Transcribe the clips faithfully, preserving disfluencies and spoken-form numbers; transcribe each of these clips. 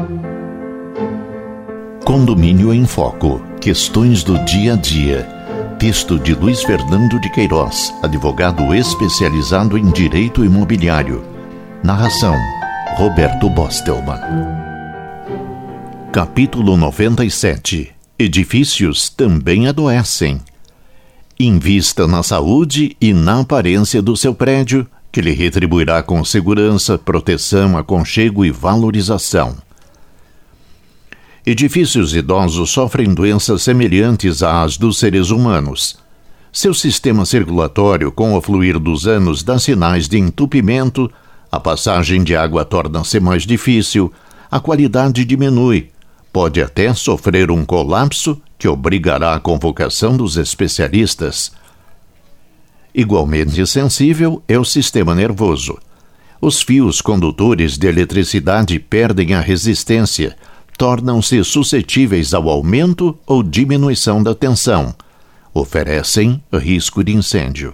Condomínio em Foco. Questões do dia a dia. Texto de Luiz Fernando de Queiroz, advogado especializado em direito imobiliário. Narração: Roberto Bostelman. Capítulo noventa e sete. Edifícios também adoecem. Invista na saúde e na aparência do seu prédio, que lhe retribuirá com segurança, proteção, aconchego e valorização. Edifícios idosos sofrem doenças semelhantes às dos seres humanos. Seu sistema circulatório, com o fluir dos anos, dá sinais de entupimento, a passagem de água torna-se mais difícil, a qualidade diminui, pode até sofrer um colapso que obrigará a convocação dos especialistas. Igualmente sensível é o sistema nervoso. Os fios condutores de eletricidade perdem a resistência, tornam-se suscetíveis ao aumento ou diminuição da tensão, oferecem risco de incêndio.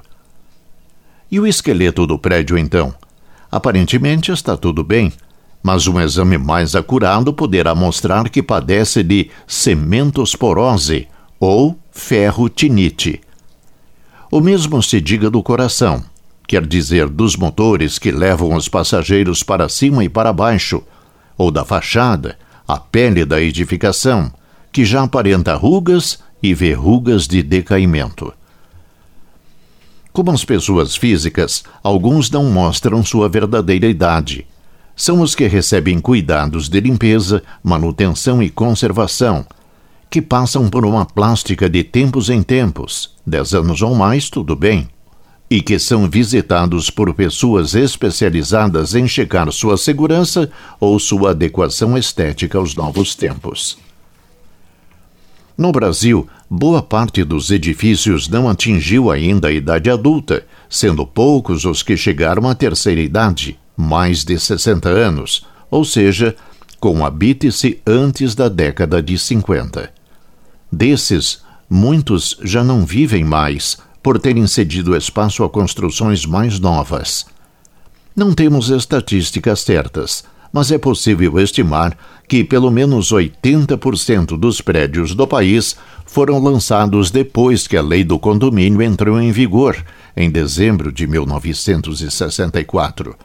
E o esqueleto do prédio, então? Aparentemente está tudo bem, mas um exame mais acurado poderá mostrar que padece de cementosporose ou ferrotinite. O mesmo se diga do coração, quer dizer dos motores que levam os passageiros para cima e para baixo, ou da fachada, a pele da edificação, que já aparenta rugas e verrugas de decaimento. Como as pessoas físicas, alguns não mostram sua verdadeira idade. São os que recebem cuidados de limpeza, manutenção e conservação, que passam por uma plástica de tempos em tempos, dez anos ou mais, tudo bem, e que são visitados por pessoas especializadas em checar sua segurança ou sua adequação estética aos novos tempos. No Brasil, boa parte dos edifícios não atingiu ainda a idade adulta, sendo poucos os que chegaram à terceira idade, mais de sessenta anos, ou seja, com habite-se antes da década de cinquenta. Desses, muitos já não vivem mais, por terem cedido espaço a construções mais novas. Não temos estatísticas certas, mas é possível estimar que pelo menos oitenta por cento dos prédios do país foram lançados depois que a Lei do Condomínio entrou em vigor, em dezembro de mil novecentos e sessenta e quatro.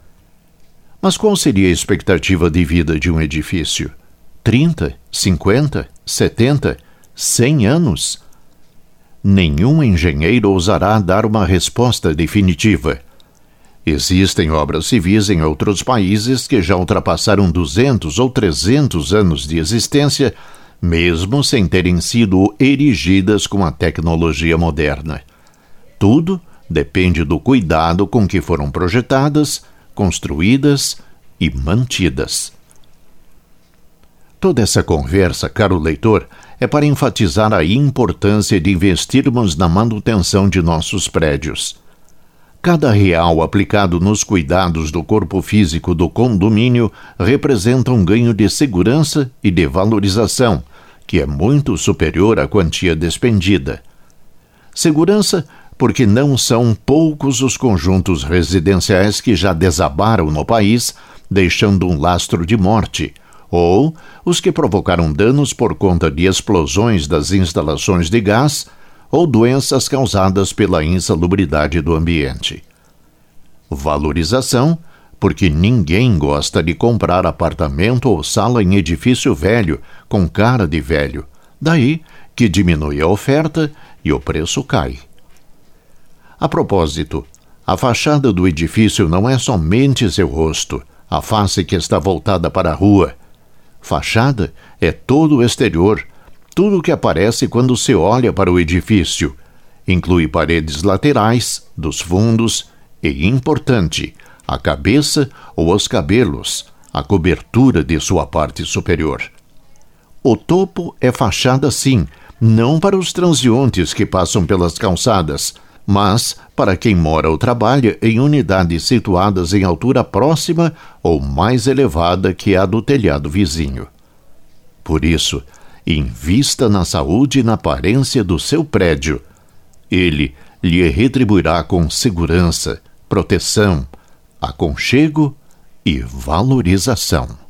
Mas qual seria a expectativa de vida de um edifício? trinta, cinquenta, setenta, cem anos? Nenhum engenheiro ousará dar uma resposta definitiva. Existem obras civis em outros países que já ultrapassaram duzentos ou trezentos anos de existência, mesmo sem terem sido erigidas com a tecnologia moderna. Tudo depende do cuidado com que foram projetadas, construídas e mantidas. Toda essa conversa, caro leitor, é para enfatizar a importância de investirmos na manutenção de nossos prédios. Cada real aplicado nos cuidados do corpo físico do condomínio representa um ganho de segurança e de valorização, que é muito superior à quantia despendida. Segurança, porque não são poucos os conjuntos residenciais que já desabaram no país, deixando um lastro de morte, ou os que provocaram danos por conta de explosões das instalações de gás ou doenças causadas pela insalubridade do ambiente. Valorização, porque ninguém gosta de comprar apartamento ou sala em edifício velho, com cara de velho. Daí que diminui a oferta e o preço cai. A propósito, a fachada do edifício não é somente seu rosto, a face que está voltada para a rua. Fachada é todo o exterior, tudo o que aparece quando se olha para o edifício. Inclui paredes laterais, dos fundos e, importante, a cabeça ou os cabelos, a cobertura de sua parte superior. O topo é fachada sim, não para os transeuntes que passam pelas calçadas, mas para quem mora ou trabalha em unidades situadas em altura próxima ou mais elevada que a do telhado vizinho. Por isso, invista na saúde e na aparência do seu prédio. Ele lhe retribuirá com segurança, proteção, aconchego e valorização.